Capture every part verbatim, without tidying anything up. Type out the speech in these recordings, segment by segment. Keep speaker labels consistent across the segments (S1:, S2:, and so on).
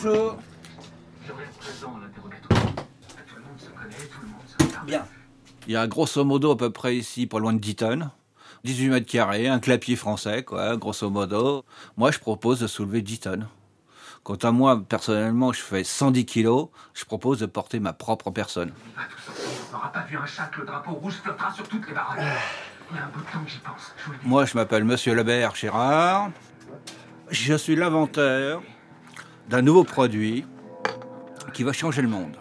S1: Bonjour.
S2: J'aurais présent l'interrogatoire. Tout le monde se connaît, tout le monde se regarde.
S1: Bien. Il y a grosso modo à peu près ici, pas loin de dix tonnes. dix-huit mètres carrés, un clapier français, quoi, grosso modo. Moi, je propose de soulever dix tonnes. Quant à moi, personnellement, je fais cent dix kilos. Je propose de porter ma propre personne.
S2: On y va tous ensemble. On n'aura pas vu un chat que le drapeau rouge flottera sur toutes les baraques. Il y a un bout de temps que j'y pense. Je vous le dis.
S1: Moi, je m'appelle Monsieur Lebert Gérard. Je suis l'inventeur d'un nouveau produit qui va changer le monde.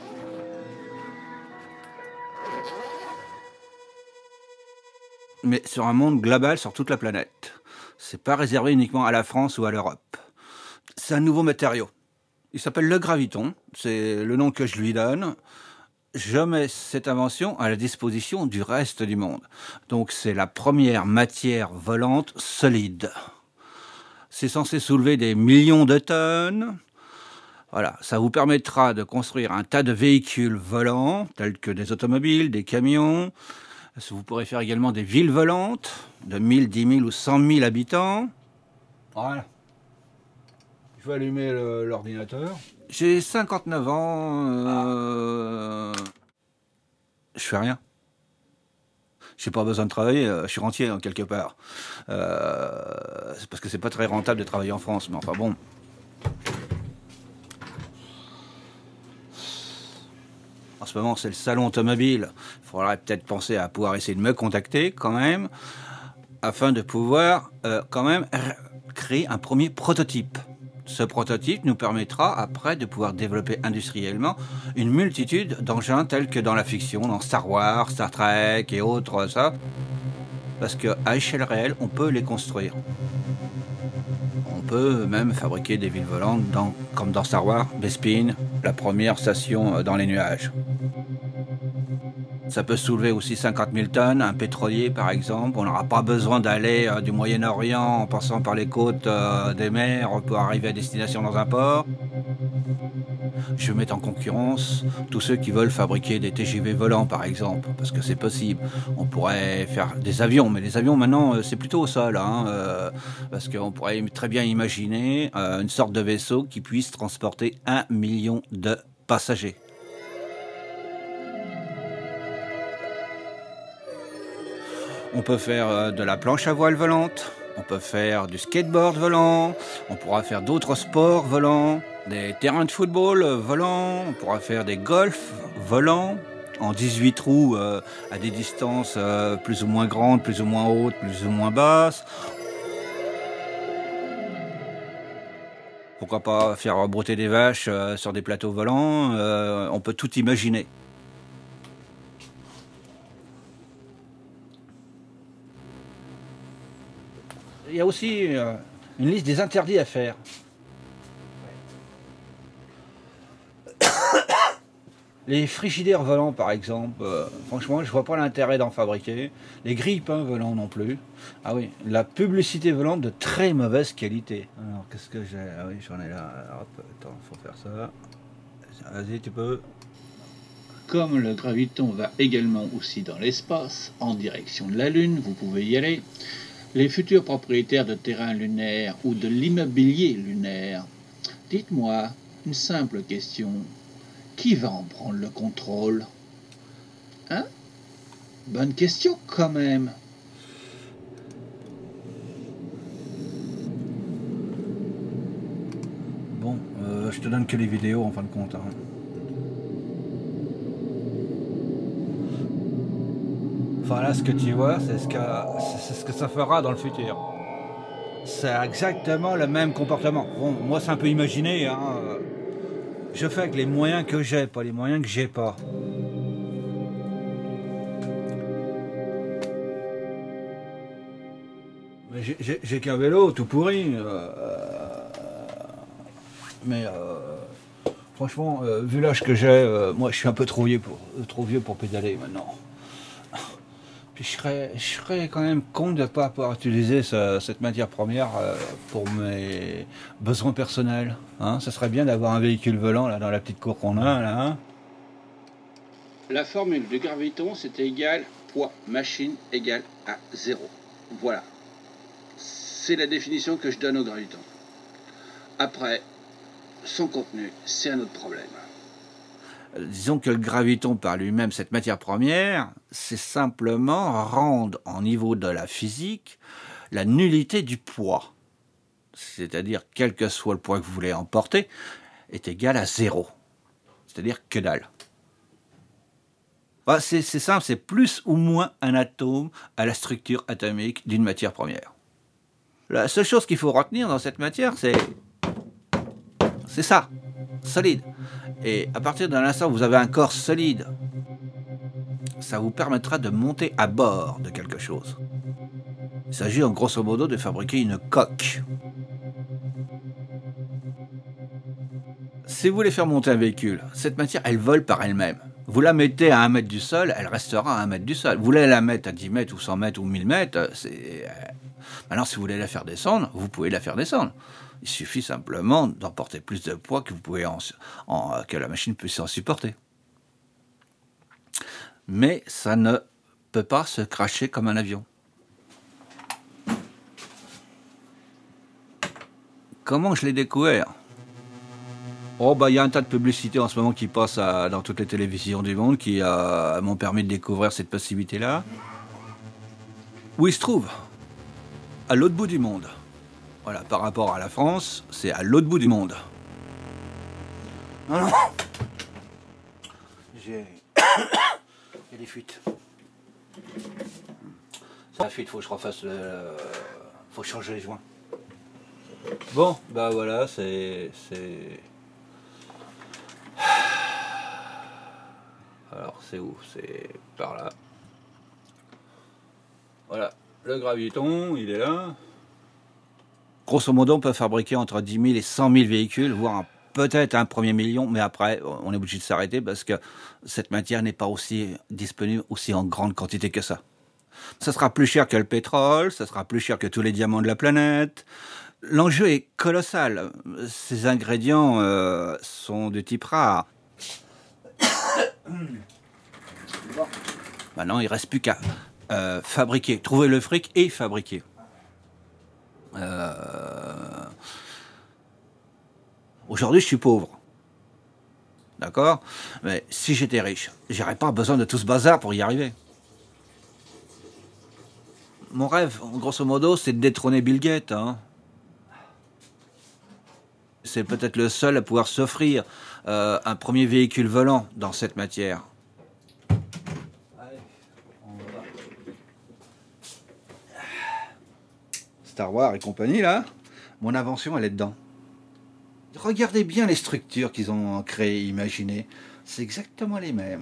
S1: Mais sur un monde global, sur toute la planète. C'est pas réservé uniquement à la France ou à l'Europe. C'est un nouveau matériau. Il s'appelle le graviton, c'est le nom que je lui donne. Je mets cette invention à la disposition du reste du monde. Donc c'est la première matière volante solide. C'est censé soulever des millions de tonnes. Voilà, ça vous permettra de construire un tas de véhicules volants, tels que des automobiles, des camions. Vous pourrez faire également des villes volantes de mille, dix mille ou cent mille habitants. Voilà. Je vais allumer le, l'ordinateur. J'ai cinquante-neuf ans. Euh... Je fais rien. J'ai pas besoin de travailler. Je suis rentier, hein, quelque part. Euh... C'est parce que c'est pas très rentable de travailler en France. Mais enfin bon. En ce moment, c'est le salon automobile. Il faudrait peut-être penser à pouvoir essayer de me contacter quand même, afin de pouvoir euh, quand même créer un premier prototype. Ce prototype nous permettra après de pouvoir développer industriellement une multitude d'engins tels que dans la fiction, dans Star Wars, Star Trek et autres, ça. Parce qu'à échelle réelle, on peut les construire. On peut même fabriquer des villes volantes, dans, comme dans Star Wars, Bespin, la première station dans les nuages. Ça peut soulever aussi cinquante mille tonnes, un pétrolier par exemple. On n'aura pas besoin d'aller euh, du Moyen-Orient en passant par les côtes euh, des mers pour arriver à destination dans un port. Je vais mettre en concurrence tous ceux qui veulent fabriquer des T G V volants par exemple, parce que c'est possible. On pourrait faire des avions, mais les avions maintenant euh, c'est plutôt au sol, hein, euh, parce qu'on pourrait très bien imaginer euh, une sorte de vaisseau qui puisse transporter un million de passagers. On peut faire de la planche à voile volante, on peut faire du skateboard volant, on pourra faire d'autres sports volants, des terrains de football volants, on pourra faire des golfs volants en dix-huit trous euh, à des distances euh, plus ou moins grandes, plus ou moins hautes, plus ou moins basses. Pourquoi pas faire brouter des vaches euh, sur des plateaux volants, euh, on peut tout imaginer. Il y a aussi euh, une liste des interdits à faire. Les frigidaires volants, par exemple, euh, franchement, je vois pas l'intérêt d'en fabriquer. Les grille-pains volants non plus. Ah oui, la publicité volante de très mauvaise qualité. Alors, qu'est-ce que j'ai? Ah oui, j'en ai là. Alors, hop, attends, faut faire ça. Vas-y, tu peux.
S3: Comme le graviton va également aussi dans l'espace, en direction de la Lune, vous pouvez y aller. Les futurs propriétaires de terrains lunaires ou de l'immobilier lunaire, dites-moi une simple question. Qui va en prendre le contrôle? Hein? Bonne question quand même.
S1: Bon, euh, je te donne que les vidéos en fin de compte. Hein. Enfin là, ce que tu vois, c'est ce que, c'est ce que ça fera dans le futur. C'est exactement le même comportement. Bon, moi, c'est un peu imaginé. Hein. Je fais avec les moyens que j'ai, pas les moyens que j'ai pas. Mais j'ai, j'ai, j'ai qu'un vélo tout pourri. Euh, mais euh, franchement, euh, vu l'âge que j'ai, euh, moi, je suis un peu trop vieux pour, trop vieux pour pédaler maintenant. Puis je serais, je serais quand même con de ne pas pouvoir utiliser ce, cette matière première euh, pour mes besoins personnels. Hein, ça serait bien d'avoir un véhicule volant là, dans la petite cour qu'on a. Là, hein.
S3: La formule du graviton, c'est égal poids machine égale à zéro. Voilà. C'est la définition que je donne au graviton. Après, son contenu, c'est un autre problème.
S1: Disons que le graviton par lui-même, cette matière première, c'est simplement rendre au niveau de la physique la nullité du poids. C'est-à-dire, quel que soit le poids que vous voulez emporter, est égal à zéro. C'est-à-dire que dalle. Bah, c'est, c'est simple, c'est plus ou moins un atome à la structure atomique d'une matière première. La seule chose qu'il faut retenir dans cette matière, c'est... c'est ça, solide. Et à partir d'un instant où vous avez un corps solide, ça vous permettra de monter à bord de quelque chose. Il s'agit en grosso modo de fabriquer une coque. Si vous voulez faire monter un véhicule, cette matière, elle vole par elle-même. Vous la mettez à un mètre du sol, elle restera à un mètre du sol. Vous voulez la mettre à dix mètres ou cent mètres ou mille mètres, c'est... Maintenant, si vous voulez la faire descendre, vous pouvez la faire descendre. Il suffit simplement d'emporter plus de poids que vous pouvez en, en, que la machine puisse en supporter. Mais ça ne peut pas se cracher comme un avion. Comment je l'ai découvert ? Oh bah il y a un tas de publicités en ce moment qui passent à, dans toutes les télévisions du monde qui euh, m'ont permis de découvrir cette possibilité-là. Où il se trouve ? À l'autre bout du monde. Voilà, par rapport à la France, c'est à l'autre bout du monde. Non, non. J'ai... Il y a des fuites. C'est la fuite, faut que je refasse le... Faut changer les joints. Bon, bah voilà, c'est... c'est... Alors, c'est où ? C'est par là. Voilà, le graviton, il est là. Grosso modo, on peut fabriquer entre dix mille et cent mille véhicules, voire un, peut-être un premier million, mais après, on est obligé de s'arrêter parce que cette matière n'est pas aussi disponible aussi en grande quantité que ça. Ça sera plus cher que le pétrole, ça sera plus cher que tous les diamants de la planète. L'enjeu est colossal. Ces ingrédients euh, sont de type rare. Bon. Maintenant, il ne reste plus qu'à euh, fabriquer, trouver le fric et fabriquer. Euh... Aujourd'hui, je suis pauvre. D'accord ? Mais si j'étais riche, j'aurais pas besoin de tout ce bazar pour y arriver. Mon rêve, grosso modo, c'est de détrôner Bill Gates. Hein. C'est peut-être le seul à pouvoir s'offrir euh, un premier véhicule volant dans cette matière. Allez, on va. Star Wars et compagnie, là, mon invention, elle est dedans. Regardez bien les structures qu'ils ont créées, imaginées. C'est exactement les mêmes.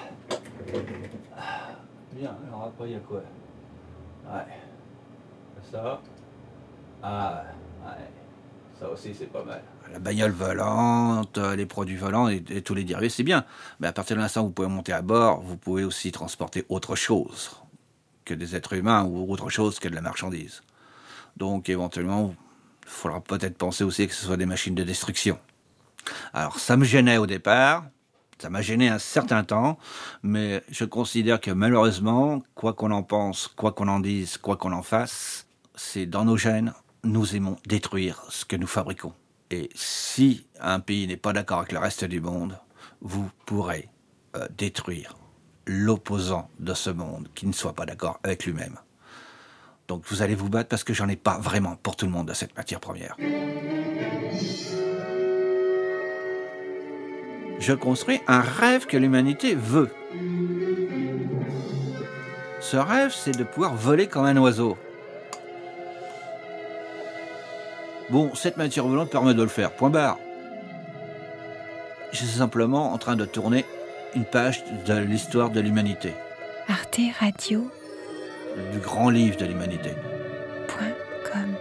S1: Bien, alors après, il y a quoi ? Ouais. Ça. Ah, ouais. Ça aussi, c'est pas mal. La bagnole volante, les produits volants et, et tous les dérivés, c'est bien. Mais à partir de l'instant où vous pouvez monter à bord, vous pouvez aussi transporter autre chose que des êtres humains ou autre chose que de la marchandise. Donc, éventuellement, il faudra peut-être penser aussi que ce soit des machines de destruction. Alors, ça me gênait au départ. Ça m'a gêné un certain temps, mais je considère que malheureusement, quoi qu'on en pense, quoi qu'on en dise, quoi qu'on en fasse, c'est dans nos gènes, nous aimons détruire ce que nous fabriquons. Et si un pays n'est pas d'accord avec le reste du monde, vous pourrez euh, détruire l'opposant de ce monde qui ne soit pas d'accord avec lui-même. Donc vous allez vous battre parce que j'en ai pas vraiment pour tout le monde de cette matière première. Je construis un rêve que l'humanité veut. Ce rêve, c'est de pouvoir voler comme un oiseau. Bon, cette matière volante permet de le faire, point barre. Je suis simplement en train de tourner une page de l'histoire de l'humanité.
S4: Arte Radio.
S1: Du grand livre de l'humanité.
S4: Point com.